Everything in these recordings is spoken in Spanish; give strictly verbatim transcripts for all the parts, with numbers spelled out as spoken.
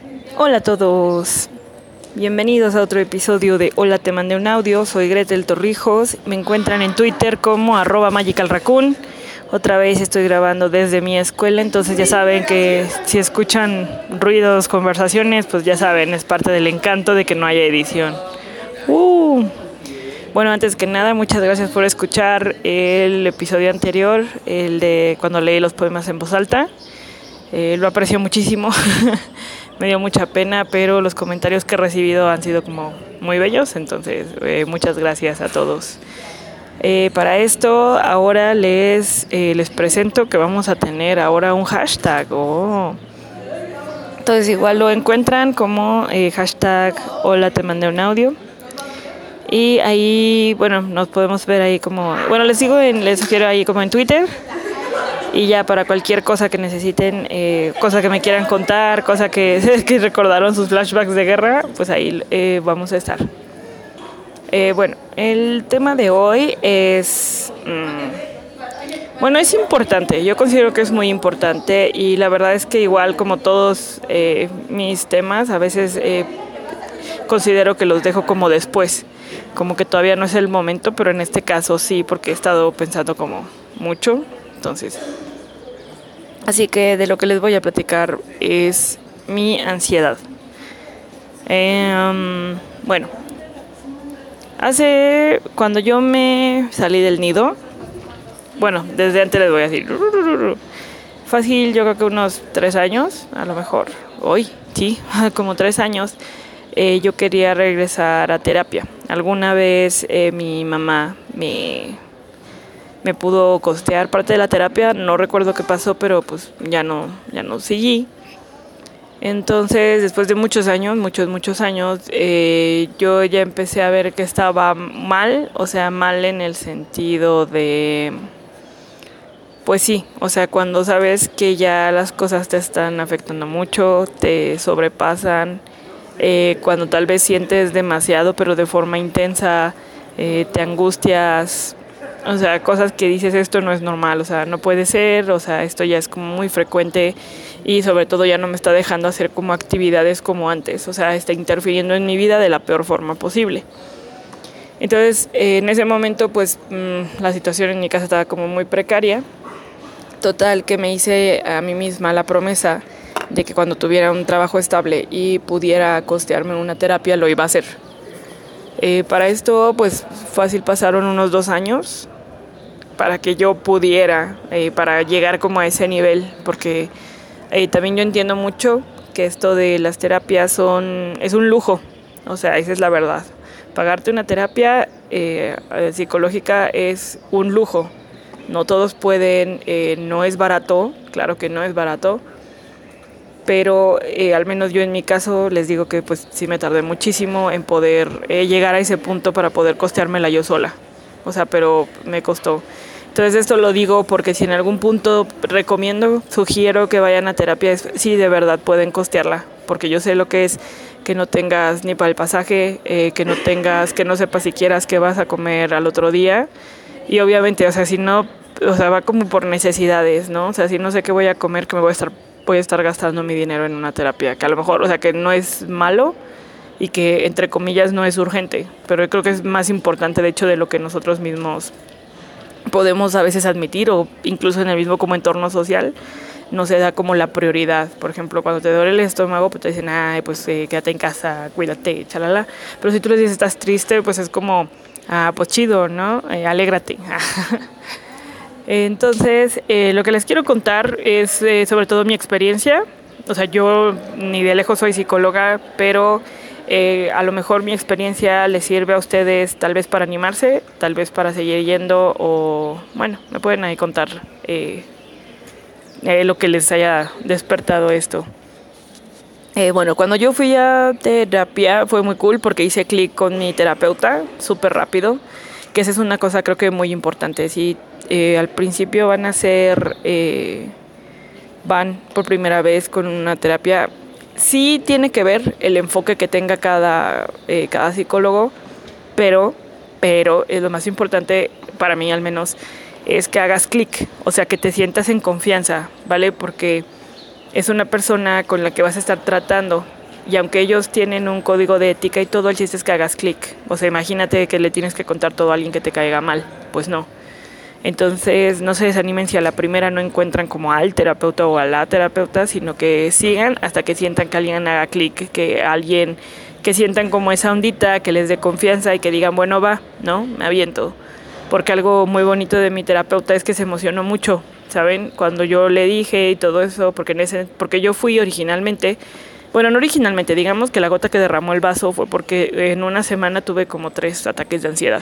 Hola a todos, bienvenidos a otro episodio de Hola, te mandé un audio. Soy Gretel Torrijos, me encuentran en Twitter como arroba magicalraccoon. Otra vez estoy grabando desde mi escuela, entonces ya saben que si escuchan ruidos, conversaciones, pues ya saben, es parte del encanto de que no haya edición. Uh. Bueno, antes que nada, muchas gracias por escuchar el episodio anterior, el de cuando leí los poemas en voz alta. Eh, lo aprecio muchísimo. Me dio mucha pena, pero los comentarios que he recibido han sido como muy bellos, entonces eh, muchas gracias a todos. Eh, para esto ahora les, eh, les presento que vamos a tener ahora un hashtag. Oh. Entonces igual lo encuentran como eh, hashtag hola te mandé un audio. Y ahí, bueno, nos podemos ver ahí como, bueno, les digo, en, les sugiero ahí como en Twitter. Y ya para cualquier cosa que necesiten, eh, cosa que me quieran contar, cosa que, que recordaron sus flashbacks de guerra, pues ahí eh, vamos a estar. Eh, bueno, el tema de hoy es... Mmm, bueno, es importante, yo considero que es muy importante y la verdad es que igual como todos eh, mis temas, a veces eh, considero que los dejo como después, como que todavía no es el momento, pero en este caso sí, porque he estado pensando como mucho, entonces... Así que de lo que les voy a platicar es mi ansiedad. Eh, um, bueno, hace cuando yo me salí del nido, bueno, desde antes les voy a decir, fácil, yo creo que unos tres años, a lo mejor, hoy, sí, como tres años, eh, yo quería regresar a terapia. Alguna vez eh, mi mamá me... me pudo costear parte de la terapia, no recuerdo qué pasó, pero pues ya no, ya no seguí. Entonces, después de muchos años, muchos, muchos años, eh, yo ya empecé a ver que estaba mal, o sea, mal en el sentido de, pues sí, o sea, cuando sabes que ya las cosas te están afectando mucho, te sobrepasan, eh, cuando tal vez sientes demasiado, pero de forma intensa, eh, te angustias. O sea, cosas que dices, esto no es normal, o sea, no puede ser, o sea, esto ya es como muy frecuente y sobre todo ya no me está dejando hacer como actividades como antes, o sea, está interfiriendo en mi vida de la peor forma posible. Entonces, eh, en ese momento, pues, mmm, la situación en mi casa estaba como muy precaria. Total, que me hice a mí misma la promesa de que cuando tuviera un trabajo estable y pudiera costearme una terapia, lo iba a hacer. Eh, para esto, pues, fácil pasaron unos dos años para que yo pudiera, eh, para llegar como a ese nivel, porque eh, también yo entiendo mucho que esto de las terapias son, es un lujo, o sea, esa es la verdad. Pagarte una terapia eh, psicológica es un lujo, no todos pueden, eh, no es barato, claro que no es barato, pero eh, al menos yo en mi caso les digo que pues sí me tardé muchísimo en poder eh, llegar a ese punto para poder costeármela yo sola, o sea, pero me costó. Entonces esto lo digo porque si en algún punto recomiendo, sugiero que vayan a terapia, sí de verdad pueden costearla, porque yo sé lo que es que no tengas ni para el pasaje, eh, que no tengas, que no sepas si quieras qué vas a comer al otro día, y obviamente, o sea, si no, o sea, va como por necesidades, ¿no? O sea, si no sé qué voy a comer, que me voy a estar, voy a estar gastando mi dinero en una terapia, que a lo mejor, o sea, que no es malo y que entre comillas no es urgente, pero yo creo que es más importante de hecho de lo que nosotros mismos podemos a veces admitir, o incluso en el mismo como entorno social no se da como la prioridad. Por ejemplo, cuando te duele el estómago, pues te dicen, ay, pues eh, quédate en casa, cuídate, chalala. Pero si tú les dices, estás triste, pues es como, ah, pues chido, ¿no? Eh, alégrate. Entonces, eh, lo que les quiero contar es eh, sobre todo mi experiencia. O sea, yo ni de lejos soy psicóloga, pero eh, a lo mejor mi experiencia les sirve a ustedes tal vez para animarse, tal vez para seguir yendo, o bueno, me pueden ahí contar eh, eh, lo que les haya despertado esto. Eh, bueno, cuando yo fui a terapia fue muy cool porque hice clic con mi terapeuta súper rápido, que esa es una cosa creo que muy importante. Si eh, al principio van a ser, eh, van por primera vez con una terapia, sí tiene que ver el enfoque que tenga cada, eh, cada psicólogo, pero, pero es lo más importante para mí al menos, es que hagas clic, o sea, que te sientas en confianza, ¿vale? Porque es una persona con la que vas a estar tratando Y aunque ellos tienen un código de ética y todo, el chiste es que hagas clic. O sea, imagínate que le tienes que contar todo a alguien que te caiga mal. Pues no. Entonces, no se desanimen si a la primera no encuentran como al terapeuta o a la terapeuta, sino que sigan hasta que sientan que alguien haga clic, que alguien, que sientan como esa ondita, que les dé confianza y que digan, bueno, va, ¿no? Me aviento. Porque algo muy bonito de mi terapeuta es que se emocionó mucho, ¿saben? Cuando yo le dije y todo eso, porque, en ese, porque yo fui originalmente, bueno, no originalmente, digamos que la gota que derramó el vaso fue porque en una semana tuve como tres ataques de ansiedad.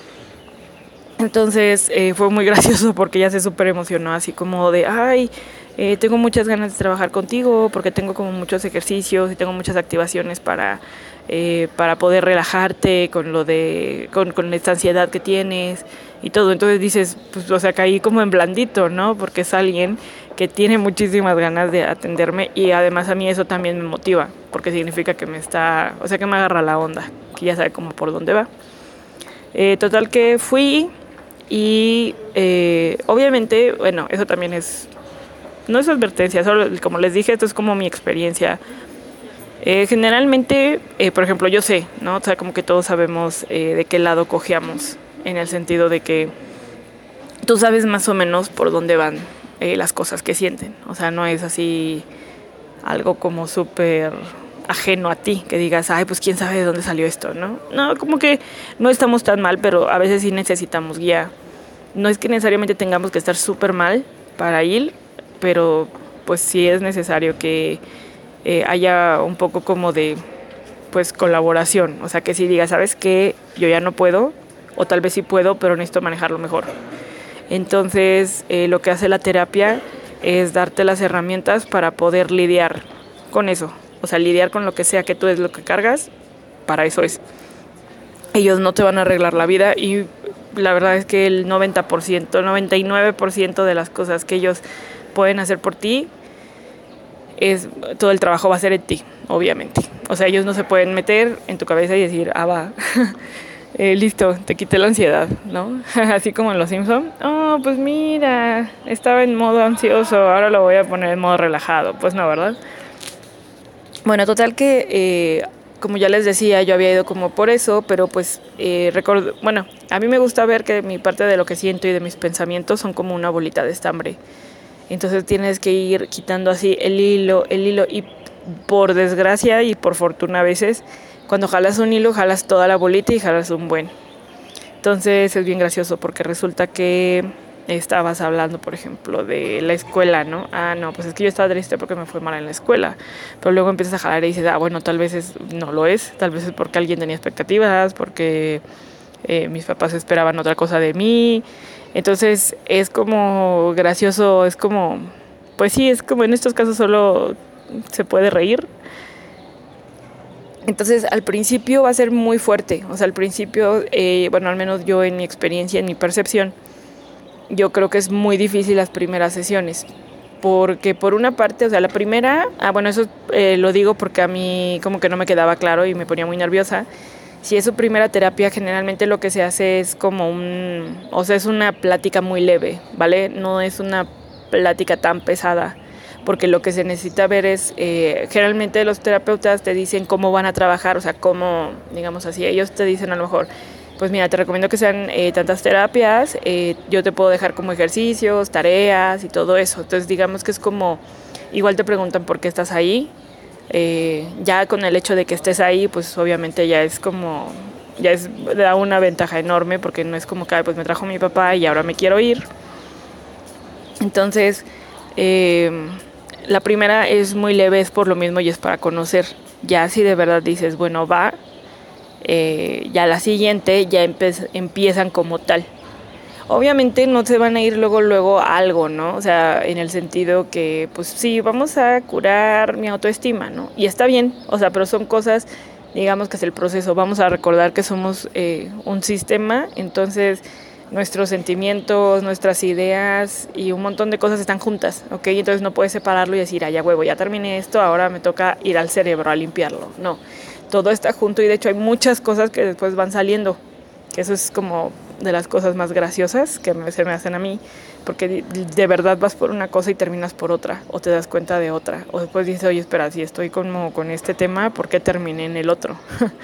Entonces eh, fue muy gracioso porque ella se súper emocionó, así como de, ay, eh, tengo muchas ganas de trabajar contigo porque tengo como muchos ejercicios y tengo muchas activaciones para, eh, para poder relajarte con lo de, con, con esta ansiedad que tienes y todo. Entonces dices, pues, o sea, caí como en blandito, ¿no? Porque es alguien que tiene muchísimas ganas de atenderme y además a mí eso también me motiva porque significa que me está, o sea, que me agarra la onda, que ya sabe como por dónde va. Eh, total que fui. Y eh, obviamente, bueno, eso también es, no es advertencia, solo como les dije, esto es como mi experiencia. Eh, generalmente, eh, por ejemplo, yo sé, ¿no? O sea, como que todos sabemos eh, de qué lado cojeamos, en el sentido de que tú sabes más o menos por dónde van eh, las cosas que sienten. O sea, no es así algo como súper ajeno a ti, que digas, ay, pues quién sabe de dónde salió esto, ¿no? No, como que no estamos tan mal, pero a veces sí necesitamos guía. No es que necesariamente tengamos que estar súper mal para ir, pero pues sí es necesario que eh, haya un poco como de, pues, colaboración. O sea, que si digas, ¿sabes qué? Yo ya no puedo, o tal vez sí puedo, pero necesito manejarlo mejor. Entonces, eh, lo que hace la terapia es darte las herramientas para poder lidiar con eso. O sea, lidiar con lo que sea que tú es lo que cargas, para eso es. Ellos no te van a arreglar la vida y la verdad es que el noventa por ciento, noventa y nueve por ciento de las cosas que ellos pueden hacer por ti, es, todo el trabajo va a ser en ti, obviamente. O sea, ellos no se pueden meter en tu cabeza y decir, ah, va, eh, listo, te quité la ansiedad, ¿no? Así como en Los Simpson. Oh, pues mira, estaba en modo ansioso, ahora lo voy a poner en modo relajado. Pues no, ¿verdad? Bueno, total que, eh, como ya les decía, yo había ido como por eso, pero pues, eh, recuerdo, bueno, a mí me gusta ver que mi parte de lo que siento y de mis pensamientos son como una bolita de estambre. Entonces tienes que ir quitando así el hilo, el hilo, y por desgracia y por fortuna a veces, cuando jalas un hilo, jalas toda la bolita y jalas un buen. Entonces es bien gracioso porque resulta que estabas hablando, por ejemplo, de la escuela, ¿no? Ah, no, pues es que yo estaba triste porque me fue mal en la escuela. Pero luego empiezas a jalar y dices, ah, bueno, tal vez es, no lo es. Tal vez es porque alguien tenía expectativas, porque eh, mis papás esperaban otra cosa de mí. Entonces es como gracioso, es como, pues sí, es como en estos casos solo se puede reír. Entonces al principio va a ser muy fuerte. O sea, al principio, eh, bueno, al menos yo en mi experiencia, en mi percepción, yo creo que es muy difícil las primeras sesiones, porque por una parte, o sea, la primera, ah, bueno, eso eh, lo digo porque a mí como que no me quedaba claro y me ponía muy nerviosa. Si es su primera terapia, generalmente lo que se hace es como un, o sea, es una plática muy leve, ¿vale? No es una plática tan pesada, porque lo que se necesita ver es, eh, generalmente los terapeutas te dicen cómo van a trabajar, o sea, cómo, digamos así, ellos te dicen a lo mejor, pues mira, te recomiendo que sean eh, tantas terapias, eh, yo te puedo dejar como ejercicios, tareas y todo eso. Entonces digamos que es como, igual te preguntan por qué estás ahí, eh, ya con el hecho de que estés ahí, pues obviamente ya es como, ya es, da una ventaja enorme porque no es como que, pues me trajo mi papá y ahora me quiero ir. Entonces, eh, la primera es muy leve, es por lo mismo y es para conocer. Ya si de verdad dices, bueno, va, Eh, ya la siguiente ya empe- empiezan como tal. Obviamente no se van a ir luego luego a algo, ¿no? O sea, en el sentido que, pues sí, vamos a curar mi autoestima, ¿no? Y está bien, o sea, pero son cosas, digamos que es el proceso. Vamos a recordar que somos eh, un sistema, entonces nuestros sentimientos, nuestras ideas y un montón de cosas están juntas, ¿ok? Entonces no puedes separarlo y decir, ah, ya huevo, ya terminé esto, ahora me toca ir al cerebro a limpiarlo. No, todo está junto y de hecho hay muchas cosas que después van saliendo, que eso es como de las cosas más graciosas que me, se me hacen a mí, porque de, de verdad vas por una cosa y terminas por otra, o te das cuenta de otra, o después dices, oye, espera, si estoy como con este tema, ¿por qué terminé en el otro?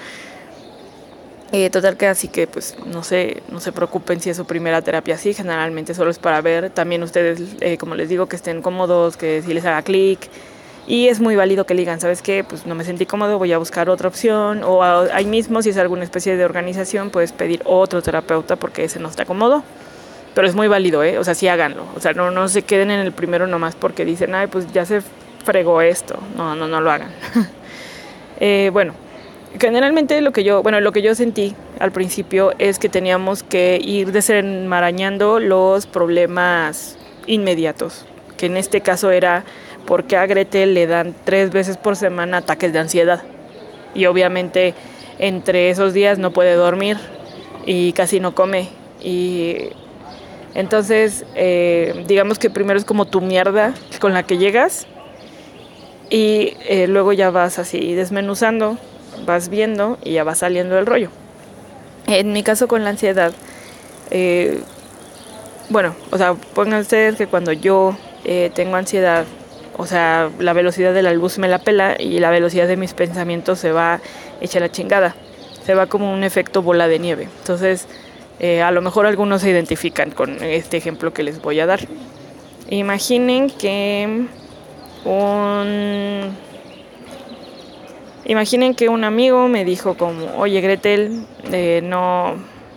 Eh, total que así que pues no sé, no se preocupen si es su primera terapia así, generalmente solo es para ver, también ustedes, eh, como les digo, que estén cómodos, que si les haga clic, y es muy válido que le digan, ¿sabes qué? Pues no me sentí cómodo, voy a buscar otra opción, o a, ahí mismo si es alguna especie de organización puedes pedir otro terapeuta porque ese no está cómodo, pero es muy válido, ¿eh? O sea, sí háganlo, o sea, no, no se queden en el primero nomás porque dicen, ay, pues ya se fregó esto, no, no, no lo hagan. eh, bueno. Generalmente lo que yo, bueno, lo que yo sentí al principio es que teníamos que ir desenmarañando los problemas inmediatos, que en este caso era porque a Gretel le dan tres veces por semana ataques de ansiedad y obviamente entre esos días no puede dormir y casi no come y entonces eh, digamos que primero es como tu mierda con la que llegas y eh, luego ya vas así desmenuzando, vas viendo y ya va saliendo el rollo. En mi caso con la ansiedad, eh, bueno, o sea, pongan ustedes que cuando yo eh, tengo ansiedad, o sea, la velocidad de la luz me la pela y la velocidad de mis pensamientos se va hecha la chingada. Se va como un efecto bola de nieve. Entonces, eh, a lo mejor algunos se identifican con este ejemplo que les voy a dar. Imaginen que un... Imaginen que un amigo me dijo como, oye Gretel, eh, no,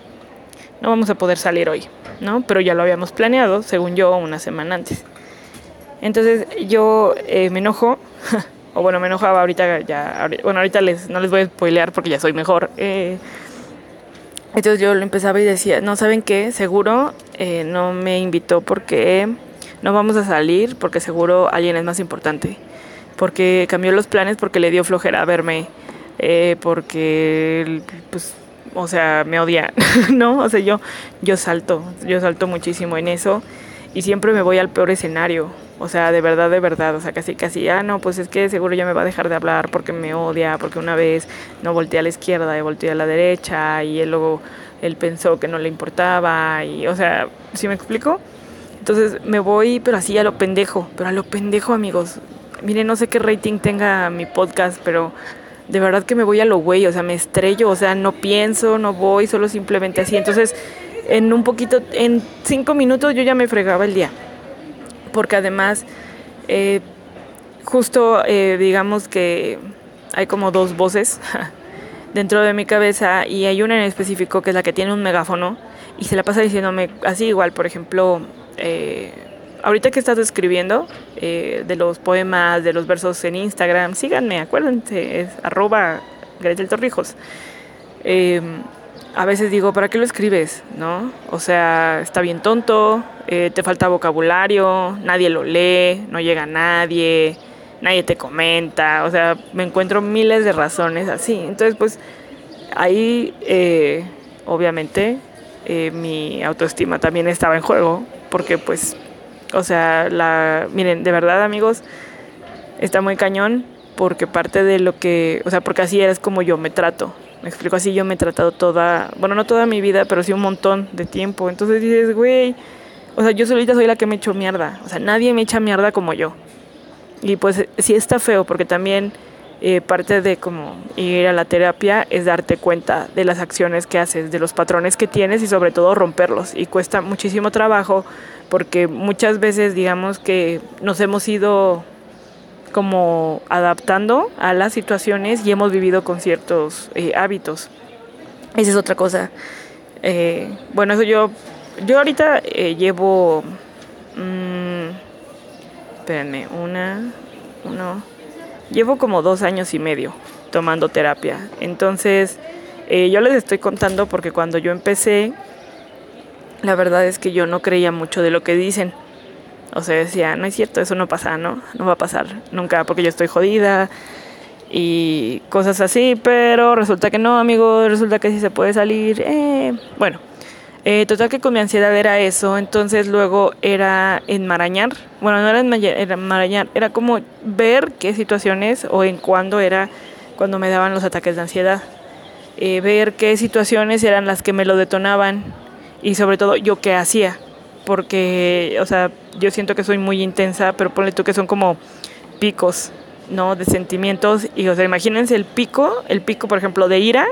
no vamos a poder salir hoy, ¿no? Pero ya lo habíamos planeado, según yo, una semana antes. Entonces yo eh, me enojo, o bueno, me enojaba ahorita ya, bueno, ahorita les, no les voy a spoilear porque ya soy mejor. Eh, entonces yo lo empezaba y decía, no, ¿saben qué? Seguro eh, no me invitó porque no vamos a salir, porque seguro alguien es más importante. Porque cambió los planes, porque le dio flojera verme, eh, porque, pues, o sea, me odia, ¿no? O sea, yo, yo salto, yo salto muchísimo en eso y siempre me voy al peor escenario, o sea, de verdad, de verdad, o sea, casi, casi, ah, no, pues es que seguro ya me va a dejar de hablar porque me odia, porque una vez no volteé a la izquierda y volteé a la derecha y él luego, él pensó que no le importaba y, o sea, ¿sí me explico? Entonces me voy, pero así a lo pendejo, pero a lo pendejo, amigos. Miren, no sé qué rating tenga mi podcast, pero de verdad que me voy a lo güey, o sea, me estrello, o sea, no pienso, no voy, solo simplemente así. Entonces, en un poquito, en cinco minutos yo ya me fregaba el día. Porque además, eh, justo eh, digamos que hay como dos voces dentro de mi cabeza y hay una en específico que es la que tiene un megáfono y se la pasa diciéndome así igual, por ejemplo... Eh, Ahorita que he estado escribiendo eh, de los poemas, de los versos en Instagram, síganme, acuérdense, es arroba Gretel Torrijos. Eh, a veces digo, ¿para qué lo escribes? ¿No? O sea, está bien tonto, eh, te falta vocabulario, nadie lo lee, no llega a nadie, nadie te comenta, o sea, me encuentro miles de razones así. Entonces, pues, ahí, eh, obviamente, eh, mi autoestima también estaba en juego, porque, pues, o sea, la, miren, de verdad, amigos, está muy cañón porque parte de lo que, o sea, porque así es como yo me trato. Me explico, así yo me he tratado toda, bueno, no toda mi vida, pero sí un montón de tiempo. Entonces dices, güey, o sea, yo solita soy la que me echo mierda. O sea, nadie me echa mierda como yo. Y pues sí está feo porque también eh, parte de como ir a la terapia es darte cuenta de las acciones que haces, de los patrones que tienes y sobre todo romperlos. Y cuesta muchísimo trabajo porque muchas veces digamos que nos hemos ido como adaptando a las situaciones y hemos vivido con ciertos eh, hábitos. Esa es otra cosa. Eh, bueno, eso yo, yo ahorita eh, llevo, mmm, espérenme, una, uno, llevo como dos años y medio tomando terapia. Entonces, eh, yo les estoy contando porque cuando yo empecé, la verdad es que yo no creía mucho de lo que dicen. O sea, decía, no es cierto, eso no pasa, ¿no? No va a pasar nunca porque yo estoy jodida y cosas así, pero resulta que no, amigo, resulta que sí se puede salir. Eh, bueno, eh, total que con mi ansiedad era eso, entonces luego era enmarañar, bueno, no era enmarañar, era como ver qué situaciones o en cuándo era cuando me daban los ataques de ansiedad, eh, ver qué situaciones eran las que me lo detonaban. y sobre todo yo qué hacía, porque, o sea, yo siento que soy muy intensa, pero ponle tú que son como picos, ¿no? De sentimientos, y, o sea, imagínense el pico, el pico, por ejemplo, de ira,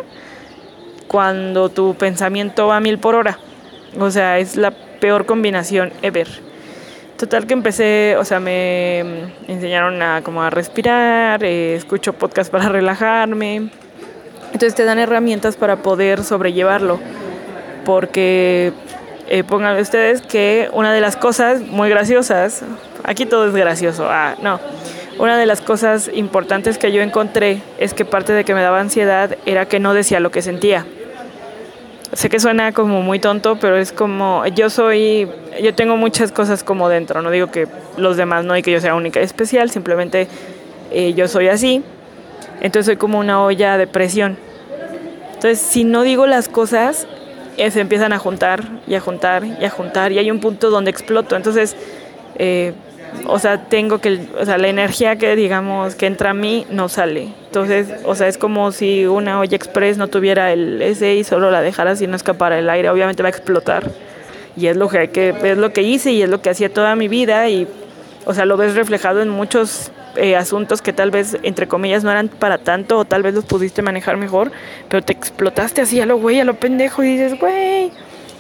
cuando tu pensamiento va a mil por hora, o sea, es la peor combinación ever. Total que empecé, o sea, me enseñaron a como a respirar, eh, escucho podcast para relajarme, entonces te dan herramientas para poder sobrellevarlo, porque eh, pónganle ustedes que una de las cosas muy graciosas, aquí todo es gracioso, ah, no, una de las cosas importantes que yo encontré es que parte de que me daba ansiedad era que no decía lo que sentía. Sé que suena como muy tonto, pero es como, yo soy, yo tengo muchas cosas como dentro, no digo que los demás no y que yo sea única y especial, simplemente eh, yo soy así, entonces soy como una olla de presión. Entonces, si no digo las cosas, eh, se empiezan a juntar y a juntar y a juntar y hay un punto donde exploto, entonces, eh, o sea, tengo que, o sea, la energía que digamos que entra a mí no sale. Entonces, o sea, es como si una olla express no tuviera el ese y solo la dejaras y no escapara el aire, obviamente va a explotar. Y es lo que, que es lo que hice y es lo que hacía toda mi vida y, o sea, lo ves reflejado en muchos eh, asuntos que tal vez, entre comillas, no eran para tanto o tal vez los pudiste manejar mejor, pero te explotaste así a lo güey, a lo pendejo y dices, güey.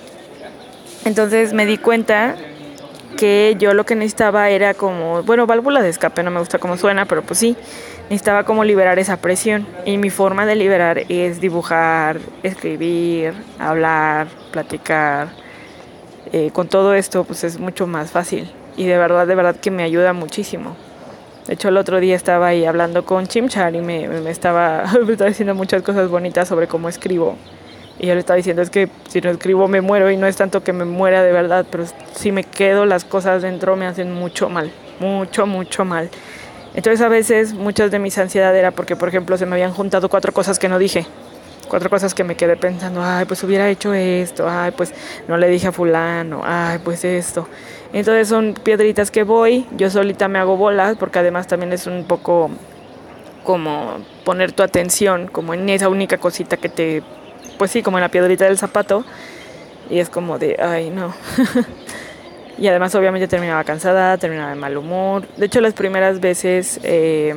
Entonces me di cuenta que yo lo que necesitaba era como, bueno, válvula de escape, no me gusta cómo suena, pero pues sí, necesitaba como liberar esa presión. Y mi forma de liberar es dibujar, escribir, hablar, platicar. Eh, con todo esto, pues es mucho más fácil. Y de verdad, de verdad que me ayuda muchísimo. De hecho, el otro día estaba ahí hablando con Chimchar y me, me, estaba, me estaba diciendo muchas cosas bonitas sobre cómo escribo. Y yo le estaba diciendo, es que si no escribo me muero, y no es tanto que me muera de verdad, pero si me quedo las cosas dentro me hacen mucho mal, mucho, mucho mal. Entonces a veces muchas de mis ansiedades era porque, por ejemplo, se me habían juntado cuatro cosas que no dije, cuatro cosas que me quedé pensando, ay, pues hubiera hecho esto, ay, pues no le dije a fulano, ay, pues esto. Entonces son piedritas que voy, yo solita me hago bolas, porque además también es un poco como poner tu atención como en esa única cosita que te... pues sí, como en la piedrita del zapato, y es como de, ay, no. Y además obviamente terminaba cansada, terminaba de mal humor. De hecho, las primeras veces, eh,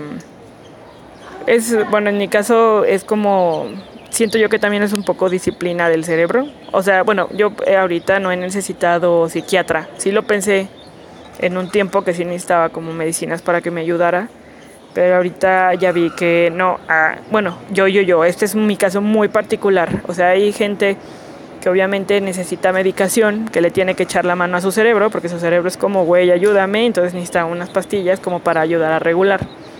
es, bueno, en mi caso es como, siento yo que también es un poco disciplina del cerebro. O sea, bueno, yo ahorita no he necesitado psiquiatra. Sí lo pensé en un tiempo que sí necesitaba como medicinas para que me ayudara. Pero ahorita ya vi que no, ah, bueno, yo, yo, yo, este es mi caso muy particular. O sea, hay gente que obviamente necesita medicación, que le tiene que echar la mano a su cerebro, porque su cerebro es como, güey, ayúdame, entonces necesita unas pastillas como para ayudar a regular.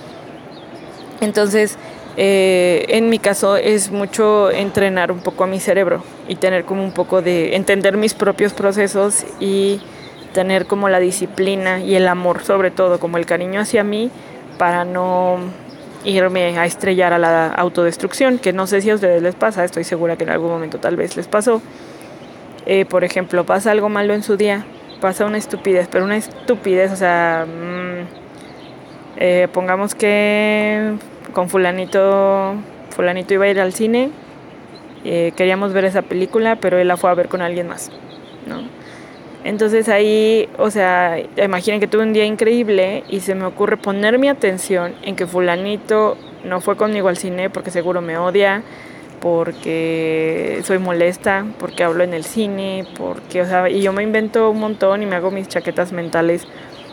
Entonces, eh, en mi caso es mucho entrenar un poco a mi cerebro y tener como un poco de, entender mis propios procesos y tener como la disciplina y el amor, sobre todo, como el cariño hacia mí, para no irme a estrellar a la autodestrucción, que no sé si a ustedes les pasa, estoy segura que en algún momento tal vez les pasó. Eh, por ejemplo, pasa algo malo en su día, pasa una estupidez, pero una estupidez, o sea, mmm, eh, pongamos que con fulanito, fulanito iba a ir al cine, eh, queríamos ver esa película, pero él la fue a ver con alguien más, ¿no? Entonces ahí, o sea, imaginen que tuve un día increíble y se me ocurre poner mi atención en que fulanito no fue conmigo al cine porque seguro me odia, porque soy molesta, porque hablo en el cine, porque, o sea, y yo me invento un montón y me hago mis chaquetas mentales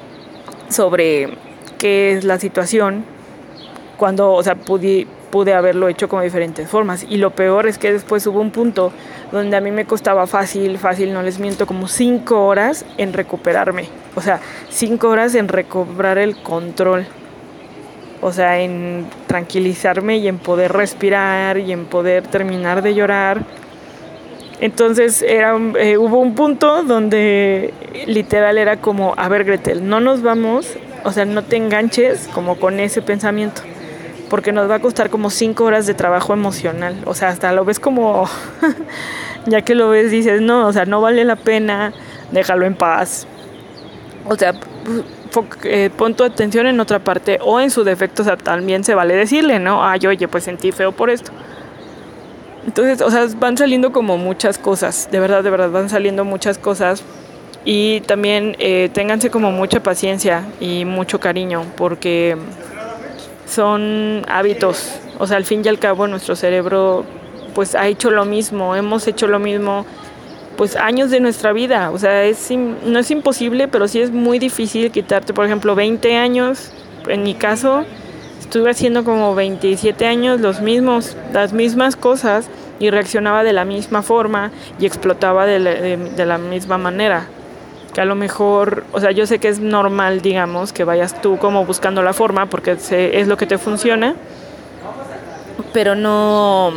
sobre qué es la situación, cuando, o sea, pude, pude haberlo hecho como de diferentes formas. Y lo peor es que después hubo un punto donde a mí me costaba fácil, fácil, no les miento, como cinco horas en recuperarme. O sea, cinco horas en recobrar el control. O sea, en tranquilizarme y en poder respirar y en poder terminar de llorar. Entonces era, eh, hubo un punto donde literal era como, a ver, Gretel, no nos vamos, o sea, no te enganches como con ese pensamiento, porque nos va a costar como cinco horas de trabajo emocional. O sea, hasta lo ves como, ya que lo ves dices, no, o sea, no vale la pena, déjalo en paz. O sea, eh, pon tu atención en otra parte, o en su defecto, o sea, también se vale decirle, ¿no? Ay, oye, pues sentí feo por esto. Entonces, o sea, van saliendo como muchas cosas, de verdad, de verdad, van saliendo muchas cosas. Y también eh, ténganse como mucha paciencia y mucho cariño, porque son hábitos. O sea, al fin y al cabo nuestro cerebro pues ha hecho lo mismo, hemos hecho lo mismo pues años de nuestra vida. O sea, es no es imposible, pero sí es muy difícil quitarte, por ejemplo, veinte años. En mi caso, estuve haciendo como veintisiete años los mismos, las mismas cosas y reaccionaba de la misma forma y explotaba de la, de, de la misma manera. Que a lo mejor, o sea, yo sé que es normal, digamos, que vayas tú como buscando la forma porque es lo que te funciona, pero no,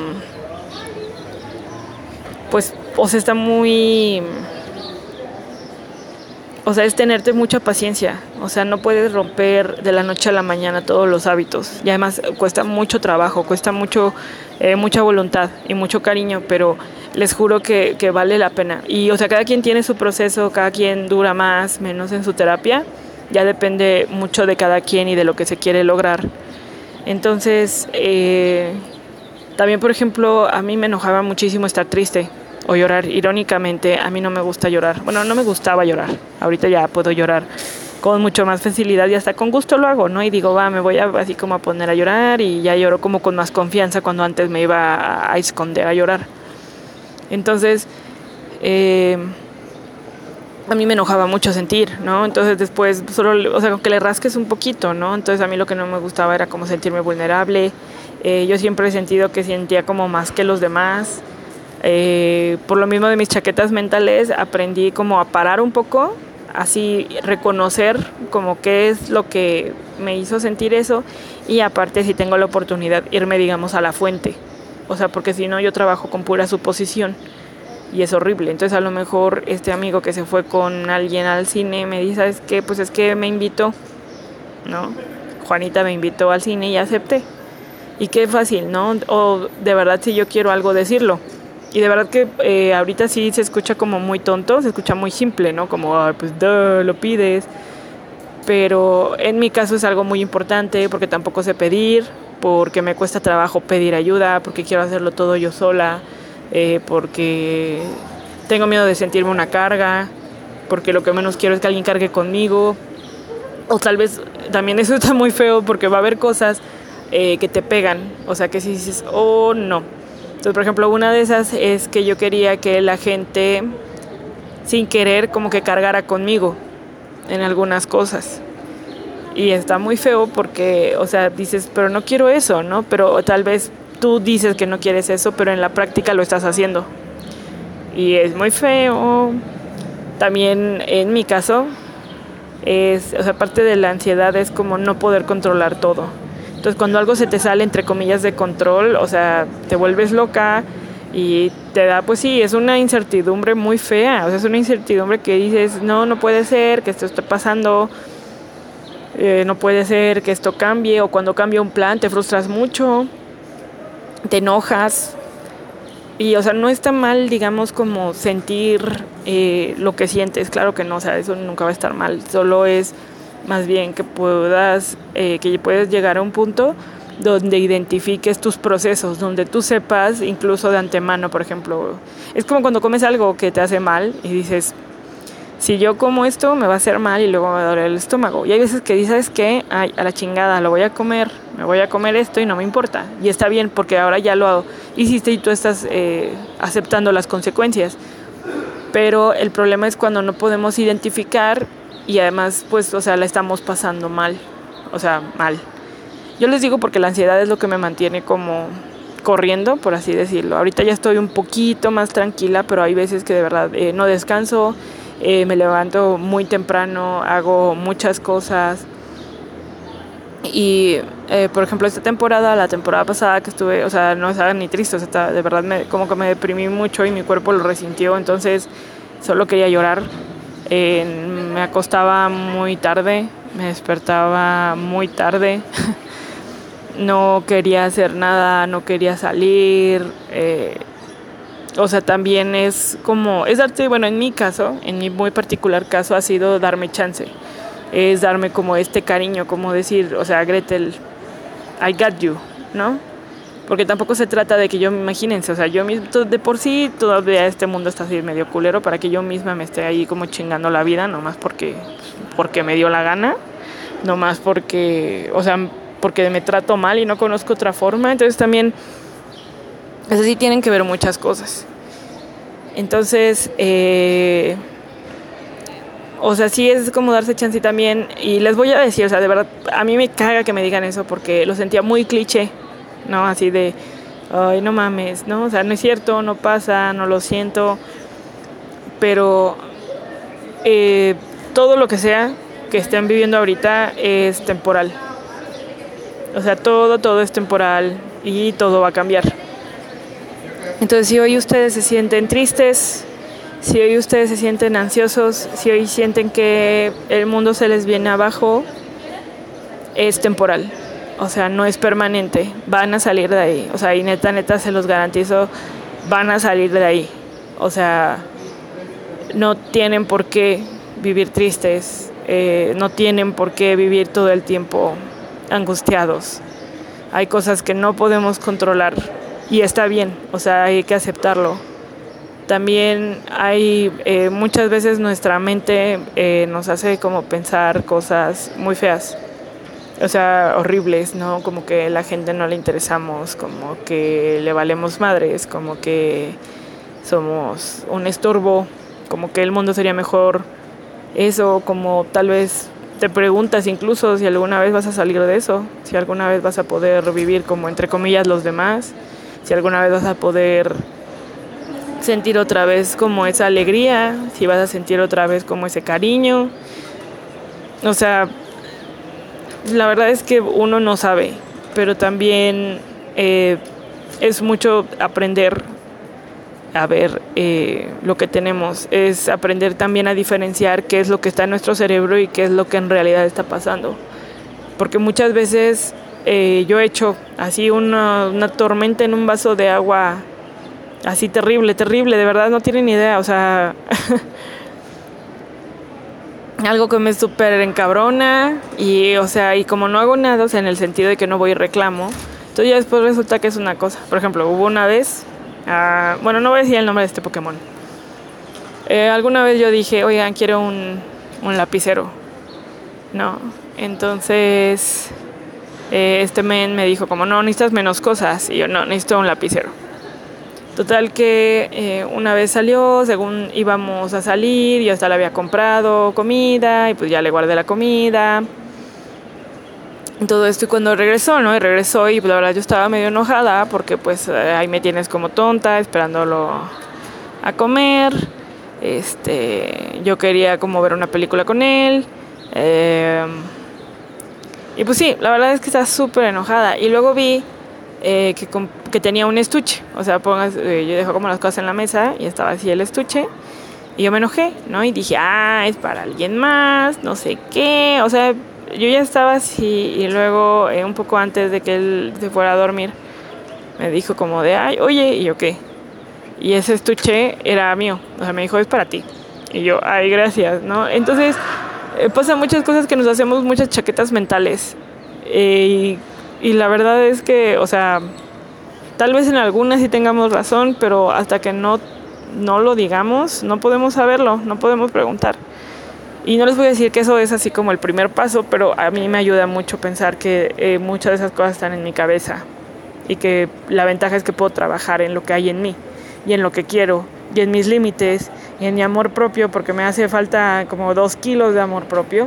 pues, o sea, está muy, o sea, es tenerte mucha paciencia, o sea, no puedes romper de la noche a la mañana todos los hábitos y además cuesta mucho trabajo, cuesta mucho, eh, mucha voluntad y mucho cariño, pero les juro que, que vale la pena. Y, o sea, cada quien tiene su proceso, cada quien dura más, menos en su terapia. Ya depende mucho de cada quien y de lo que se quiere lograr. Entonces, eh, también, por ejemplo, a mí me enojaba muchísimo estar triste o llorar. Irónicamente, a mí no me gusta llorar. Bueno, no me gustaba llorar. Ahorita ya puedo llorar con mucho más facilidad y hasta con gusto lo hago, ¿no? Y digo, va, me voy a, así como a poner a llorar y ya lloro como con más confianza cuando antes me iba a, a esconder a llorar. Entonces, eh, a mí me enojaba mucho sentir, ¿no? Entonces después, solo, o sea, que le rasques un poquito, ¿no? Entonces a mí lo que no me gustaba era como sentirme vulnerable. Eh, yo siempre he sentido que sentía como más que los demás. Eh, por lo mismo de mis chaquetas mentales, aprendí como a parar un poco, así reconocer como qué es lo que me hizo sentir eso y aparte si tengo la oportunidad irme, digamos, a la fuente. O sea, porque si no yo trabajo con pura suposición y es horrible. Entonces a lo mejor este amigo que se fue con alguien al cine me dice, ¿sabes qué? Pues es que me invitó, ¿no? Juanita me invitó al cine y acepté. Y qué fácil, ¿no? O de verdad si yo quiero algo decirlo. Y de verdad que eh, ahorita sí se escucha como muy tonto, se escucha muy simple, ¿no? Como, ay, pues duh, lo pides. Pero en mi caso es algo muy importante porque tampoco sé pedir, porque me cuesta trabajo pedir ayuda, porque quiero hacerlo todo yo sola, eh, porque tengo miedo de sentirme una carga, porque lo que menos quiero es que alguien cargue conmigo. O tal vez también eso está muy feo porque va a haber cosas eh, que te pegan, o sea que si dices, oh no. Entonces, por ejemplo, una de esas es que yo quería que la gente, sin querer, como que cargara conmigo en algunas cosas. Y está muy feo porque, o sea, dices, pero no quiero eso, ¿no? Pero tal vez tú dices que no quieres eso, pero en la práctica lo estás haciendo. Y es muy feo. También en mi caso, es, o sea, parte de la ansiedad es como no poder controlar todo. Entonces, cuando algo se te sale, entre comillas, de control, o sea, te vuelves loca y te da, pues sí, es una incertidumbre muy fea. O sea, es una incertidumbre que dices, no, no puede ser que esto esté pasando. Eh, no puede ser que esto cambie, o cuando cambia un plan te frustras mucho, te enojas y, o sea, no está mal, digamos, como sentir eh, lo que sientes, claro que no, o sea, eso nunca va a estar mal, solo es más bien que puedas, eh, que puedes llegar a un punto donde identifiques tus procesos, donde tú sepas incluso de antemano, por ejemplo, es como cuando comes algo que te hace mal y dices, si yo como esto me va a hacer mal y luego me va a doler el estómago. Y hay veces que dices que, ay, a la chingada, lo voy a comer, me voy a comer esto y no me importa. Y está bien porque ahora ya lo hiciste y tú estás eh, aceptando las consecuencias. Pero el problema es cuando no podemos identificar y además, pues, o sea, la estamos pasando mal. O sea, mal. Yo les digo porque la ansiedad es lo que me mantiene como corriendo, por así decirlo. Ahorita ya estoy un poquito más tranquila, pero hay veces que de verdad eh, no descanso. Eh, me levanto muy temprano, hago muchas cosas y eh, por ejemplo esta temporada, la temporada pasada que estuve, o sea, no estaba ni triste, o sea, de verdad me, como que me deprimí mucho y mi cuerpo lo resintió, entonces solo quería llorar. Eh, me acostaba muy tarde, me despertaba muy tarde, no quería hacer nada, no quería salir. eh, O sea, también es como, es darte, bueno, en mi caso, en mi muy particular caso, ha sido darme chance. Es darme como este cariño, como decir, o sea, Gretel, I got you, ¿no? Porque tampoco se trata de que yo, imagínense, o sea, yo mismo, de por sí todavía este mundo está así medio culero para que yo misma me esté ahí como chingando la vida, nomás porque, porque me dio la gana, nomás porque, o sea, porque me trato mal y no conozco otra forma. Entonces también, eso sí tienen que ver muchas cosas. Entonces, eh, o sea, sí es como darse chance también. Y les voy a decir, o sea, de verdad, a mí me caga que me digan eso porque lo sentía muy cliché, ¿no? Así de, ay, no mames, ¿no? O sea, no es cierto, no pasa, no lo siento. Pero eh, todo lo que sea que estén viviendo ahorita es temporal. O sea, todo, todo es temporal y todo va a cambiar. Entonces, si hoy ustedes se sienten tristes, si hoy ustedes se sienten ansiosos, si hoy sienten que el mundo se les viene abajo, es temporal. O sea, no es permanente. Van a salir de ahí. O sea, y neta, neta, se los garantizo, van a salir de ahí. O sea, no tienen por qué vivir tristes. Eh, no tienen por qué vivir todo el tiempo angustiados. Hay cosas que no podemos controlar y está bien, o sea, hay que aceptarlo. También hay eh, muchas veces nuestra mente eh, nos hace como pensar cosas muy feas, o sea, horribles, ¿no? Como que a la gente no le interesamos, como que le valemos madres, como que somos un estorbo, como que el mundo sería mejor. Eso, como tal vez te preguntas incluso si alguna vez vas a salir de eso, si alguna vez vas a poder vivir como entre comillas los demás, si alguna vez vas a poder sentir otra vez como esa alegría, si vas a sentir otra vez como ese cariño. O sea, la verdad es que uno no sabe, pero también eh, es mucho aprender a ver eh, lo que tenemos, es aprender también a diferenciar qué es lo que está en nuestro cerebro y qué es lo que en realidad está pasando. Porque muchas veces eh, yo he hecho así una, una tormenta en un vaso de agua, así terrible, terrible, de verdad no tienen idea, o sea, algo que me súper encabrona y, o sea, y como no hago nada, o sea, en el sentido de que no voy y reclamo, entonces ya después resulta que es una cosa. Por ejemplo, hubo una vez, uh, bueno, no voy a decir el nombre de este Pokémon, eh, alguna vez yo dije, oigan, quiero un, un lapicero, no, entonces eh, este men me dijo como, no, necesitas menos cosas, y yo, no, necesito un lapicero. Total que eh, una vez salió, según íbamos a salir, yo hasta le había comprado comida y pues ya le guardé la comida. Todo esto y cuando regresó, ¿no? Y regresó y pues la verdad yo estaba medio enojada porque pues eh, ahí me tienes como tonta esperándolo a comer. Este, yo quería como ver una película con él. Eh, y pues sí, la verdad es que estaba súper enojada. Y luego vi Eh, que, que tenía un estuche, o sea, pongas, eh, yo dejo como las cosas en la mesa y estaba así el estuche y yo me enojé, ¿no? Y dije, ah, es para alguien más, no sé qué, o sea, yo ya estaba así y luego eh, un poco antes de que él se fuera a dormir me dijo como de, ay, oye, y yo, ¿qué? Y ese estuche era mío, o sea, me dijo, es para ti, y yo, ay, gracias, ¿no? Entonces eh, pasan muchas cosas que nos hacemos muchas chaquetas mentales eh, y Y la verdad es que, o sea, tal vez en algunas sí tengamos razón, pero hasta que no, no lo digamos, no podemos saberlo, no podemos preguntar. Y no les voy a decir que eso es así como el primer paso, pero a mí me ayuda mucho pensar que eh, muchas de esas cosas están en mi cabeza y que la ventaja es que puedo trabajar en lo que hay en mí y en lo que quiero y en mis límites y en mi amor propio, porque me hace falta como dos kilos de amor propio.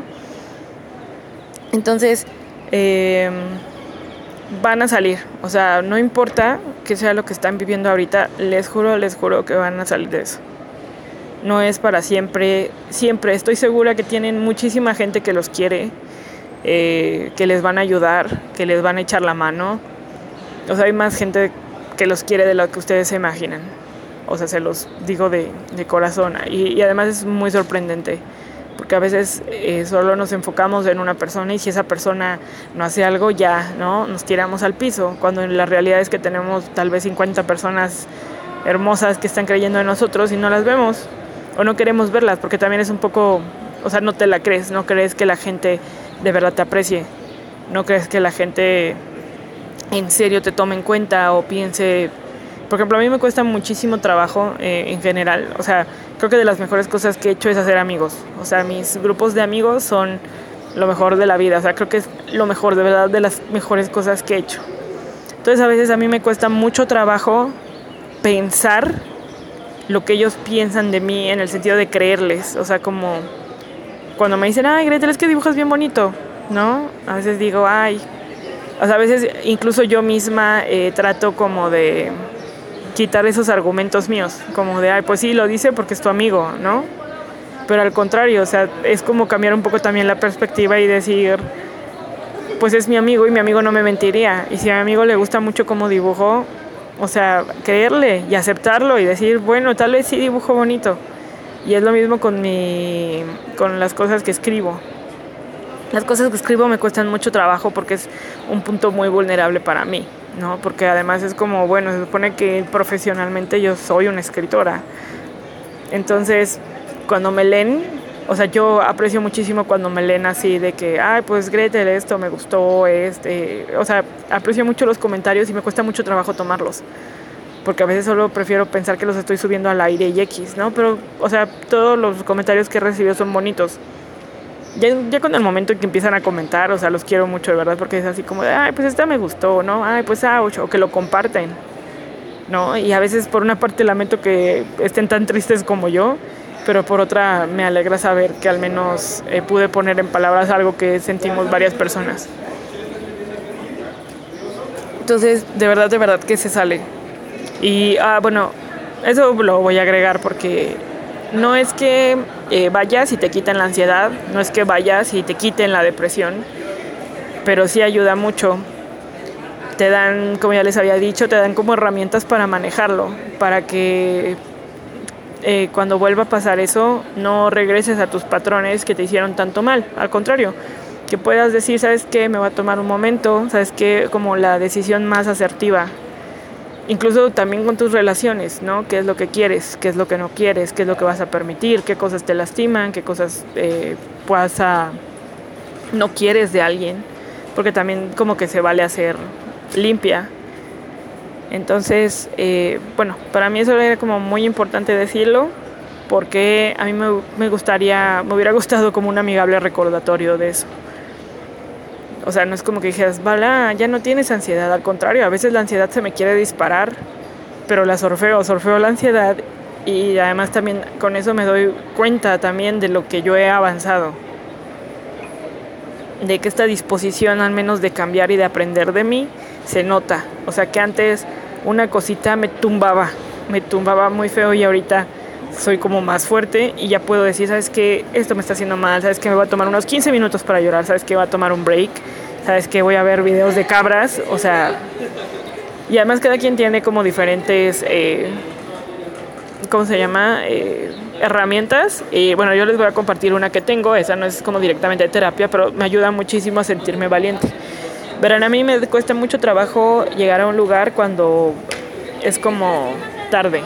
Entonces, eh... van a salir, o sea, no importa que sea lo que están viviendo ahorita, les juro, les juro que van a salir de eso. No es para siempre, siempre, estoy segura que tienen muchísima gente que los quiere, eh, que les van a ayudar, que les van a echar la mano. O sea, hay más gente que los quiere de lo que ustedes se imaginan. O sea, se los digo de, de corazón. Y, y además es muy sorprendente, porque a veces eh, solo nos enfocamos en una persona y si esa persona no hace algo ya, ¿no? Nos tiramos al piso, cuando la realidad es que tenemos tal vez cincuenta personas hermosas que están creyendo en nosotros y no las vemos o no queremos verlas, porque también es un poco, o sea, no te la crees, no crees que la gente de verdad te aprecie, no crees que la gente en serio te tome en cuenta o piense. Por ejemplo, a mí me cuesta muchísimo trabajo eh, en general. O sea, creo que de las mejores cosas que he hecho es hacer amigos. O sea, mis grupos de amigos son lo mejor de la vida. O sea, creo que es lo mejor, de verdad, de las mejores cosas que he hecho. Entonces, a veces a mí me cuesta mucho trabajo pensar lo que ellos piensan de mí en el sentido de creerles. O sea, como cuando me dicen, ay, Gretel, es que dibujas bien bonito, ¿no? A veces digo, ay. O sea, a veces incluso yo misma eh, trato como de quitar esos argumentos míos, como de, ay, pues sí, lo dice porque es tu amigo, ¿no? Pero al contrario, o sea, es como cambiar un poco también la perspectiva y decir, pues es mi amigo y mi amigo no me mentiría. Y si a mi amigo le gusta mucho cómo dibujo, o sea, creerle y aceptarlo y decir, bueno, tal vez sí dibujo bonito. Y es lo mismo con mi, con las cosas que escribo. Las cosas que escribo me cuestan mucho trabajo porque es un punto muy vulnerable para mí, ¿no? Porque además es como, bueno, se supone que profesionalmente yo soy una escritora. Entonces, cuando me leen, o sea, yo aprecio muchísimo cuando me leen así de que, ay, pues Gretel, esto me gustó, este, o sea, aprecio mucho los comentarios y me cuesta mucho trabajo tomarlos, porque a veces solo prefiero pensar que los estoy subiendo al aire y X, ¿no? Pero, o sea, todos los comentarios que he recibido son bonitos. Ya, ya con el momento en que empiezan a comentar, o sea, los quiero mucho, de verdad, porque es así como de, ay, pues esta me gustó, ¿no? Ay, pues ouch, o que lo comparten, ¿no? Y a veces por una parte lamento que estén tan tristes como yo, pero por otra me alegra saber que al menos eh, pude poner en palabras algo que sentimos varias personas. Entonces, de verdad, de verdad que se sale. Y, ah, bueno, eso lo voy a agregar porque no es que eh, vayas y te quiten la ansiedad, no es que vayas y te quiten la depresión, pero sí ayuda mucho. Te dan, como ya les había dicho, te dan como herramientas para manejarlo, para que eh, cuando vuelva a pasar eso, no regreses a tus patrones que te hicieron tanto mal. Al contrario, que puedas decir, ¿sabes qué? Me va a tomar un momento, ¿sabes qué? Como la decisión más asertiva. Incluso también con tus relaciones, ¿no? ¿Qué es lo que quieres? ¿Qué es lo que no quieres? ¿Qué es lo que vas a permitir? ¿Qué cosas te lastiman? ¿Qué cosas eh, pues, a, no quieres de alguien? Porque también como que se vale hacer limpia. Entonces, eh, bueno, para mí eso era como muy importante decirlo, porque a mí me, me gustaría, me hubiera gustado como un amigable recordatorio de eso. O sea, no es como que dijeras, vale, ya no tienes ansiedad. Al contrario, a veces la ansiedad se me quiere disparar, pero la sorfeo, sorfeo la ansiedad. Y además también con eso me doy cuenta también de lo que yo he avanzado. De que esta disposición al menos de cambiar y de aprender de mí se nota. O sea, que antes una cosita me tumbaba, me tumbaba muy feo y ahorita soy como más fuerte y ya puedo decir, ¿sabes qué? Esto me está haciendo mal, ¿sabes qué? Me voy a tomar unos quince minutos para llorar, ¿sabes qué? Voy a tomar un break, ¿sabes qué? Voy a ver videos de cabras, o sea... Y además cada quien tiene como diferentes, eh, ¿cómo se llama? Eh, herramientas. Y bueno, yo les voy a compartir una que tengo, esa no es como directamente de terapia, pero me ayuda muchísimo a sentirme valiente. Verán, a mí me cuesta mucho trabajo llegar a un lugar cuando es como tarde.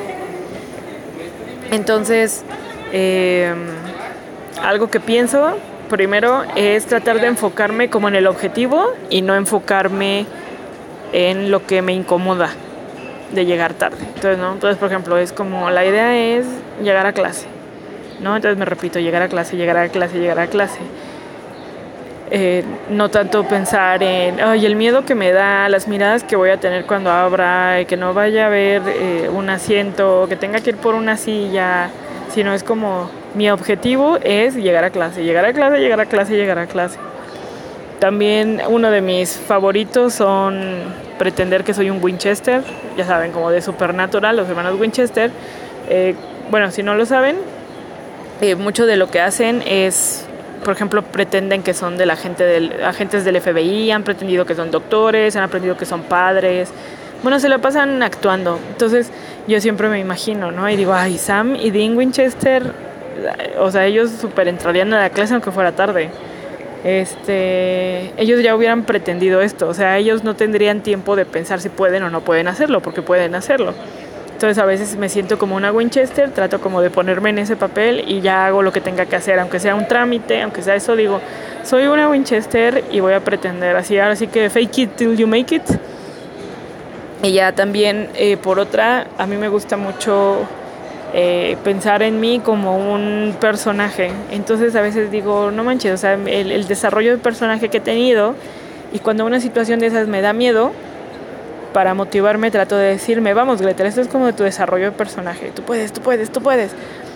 Entonces, eh, algo que pienso primero es tratar de enfocarme como en el objetivo y no enfocarme en lo que me incomoda de llegar tarde. Entonces, ¿no? Entonces, por ejemplo, es como la idea es llegar a clase, ¿no? Entonces me repito, llegar a clase, llegar a clase, llegar a clase. Eh, no tanto pensar en ay, el miedo que me da, las miradas que voy a tener cuando abra, que no vaya a haber eh, un asiento, que tenga que ir por una silla, sino es como mi objetivo es llegar a clase, llegar a clase, llegar a clase, llegar a clase. También uno de mis favoritos son pretender que soy un Winchester, ya saben, como de Supernatural, los hermanos Winchester. Eh, bueno, si no lo saben, eh, mucho de lo que hacen es, por ejemplo, pretenden que son de la gente del, agentes del F B I, han pretendido que son doctores, han aprendido que son padres. Bueno, se la pasan actuando. Entonces, yo siempre me imagino, ¿no? Y digo, ay, Sam y Dean Winchester, o sea, ellos súper entrarían a la clase aunque fuera tarde. Este, ellos ya hubieran pretendido esto. O sea, ellos no tendrían tiempo de pensar si pueden o no pueden hacerlo, porque pueden hacerlo. Entonces a veces me siento como una Winchester, trato como de ponerme en ese papel y ya hago lo que tenga que hacer, aunque sea un trámite, aunque sea eso, digo, soy una Winchester y voy a pretender así, ahora sí que fake it till you make it. Y ya también, eh, por otra, a mí me gusta mucho eh, pensar en mí como un personaje. Entonces a veces digo, no manches, o sea, el, el desarrollo de personaje que he tenido, y cuando una situación de esas me da miedo, para motivarme trato de decirme, vamos Gretel, esto es como tu desarrollo de personaje, tú puedes, tú puedes, tú puedes.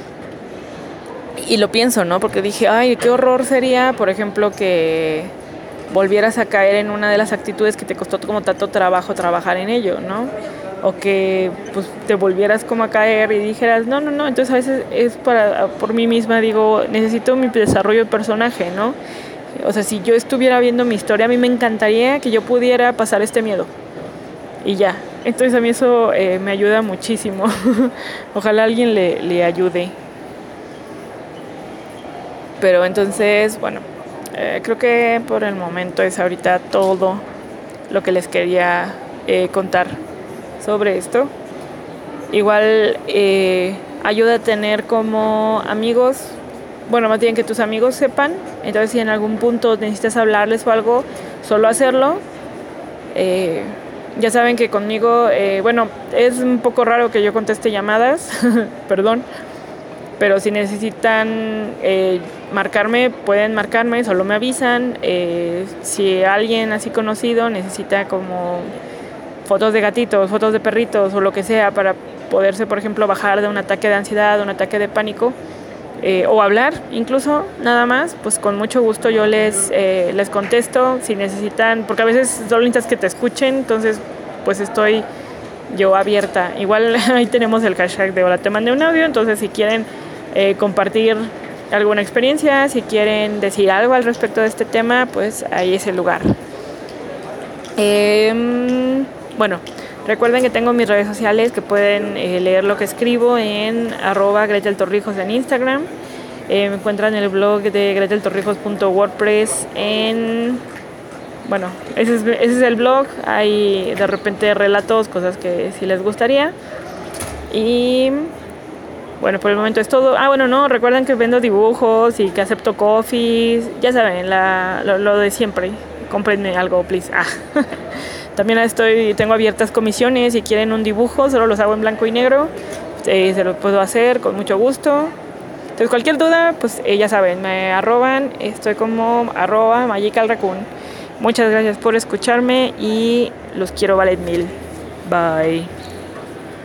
Y lo pienso, ¿no? Porque dije, ay, qué horror sería, por ejemplo, que volvieras a caer en una de las actitudes que te costó como tanto trabajo trabajar en ello, ¿no? O que pues te volvieras como a caer y dijeras, no, no, no. Entonces a veces es para, por mí misma, digo, necesito mi desarrollo de personaje, ¿no? O sea, si yo estuviera viendo mi historia, a mí me encantaría que yo pudiera pasar este miedo. Y ya. Entonces a mí eso eh, me ayuda muchísimo. Ojalá alguien le, le ayude. Pero entonces, bueno, eh, creo que por el momento es ahorita todo lo que les quería eh, contar sobre esto. Igual eh, ayuda a tener como amigos, bueno, más bien que tus amigos sepan. Entonces si en algún punto necesitas hablarles o algo, solo hacerlo. Eh, ya saben que conmigo, eh, bueno, es un poco raro que yo conteste llamadas, perdón, pero si necesitan eh, marcarme, pueden marcarme, solo me avisan. Eh, si alguien así conocido necesita como fotos de gatitos, fotos de perritos o lo que sea para poderse, por ejemplo, bajar de un ataque de ansiedad, un ataque de pánico, eh, o hablar incluso, nada más, pues con mucho gusto yo les, eh, les contesto si necesitan, porque a veces solo necesitas que te escuchen, entonces pues estoy yo abierta. Igual ahí tenemos el hashtag de hola, te mandé un audio, entonces si quieren eh, compartir alguna experiencia, si quieren decir algo al respecto de este tema, pues ahí es el lugar. Eh, bueno, recuerden que tengo mis redes sociales, que pueden eh, leer lo que escribo en arroba Gretel Torrijos en Instagram. Eh, me encuentran en el blog de gretel torrijos punto wordpress en... Bueno, ese es, ese es el blog. Hay de repente relatos, cosas que sí les gustaría. Y bueno, por el momento es todo. Ah, bueno, no, recuerden que vendo dibujos y que acepto coffees. Ya saben, la, lo, lo de siempre. Cómprenme algo, please. Ah. También estoy, tengo abiertas comisiones. Si quieren un dibujo, solo los hago en blanco y negro. Eh, se lo puedo hacer con mucho gusto. Entonces, cualquier duda, pues eh, ya saben, me arroban. Estoy como arroba magical raccoon. Muchas gracias por escucharme y los quiero valer mil. Bye.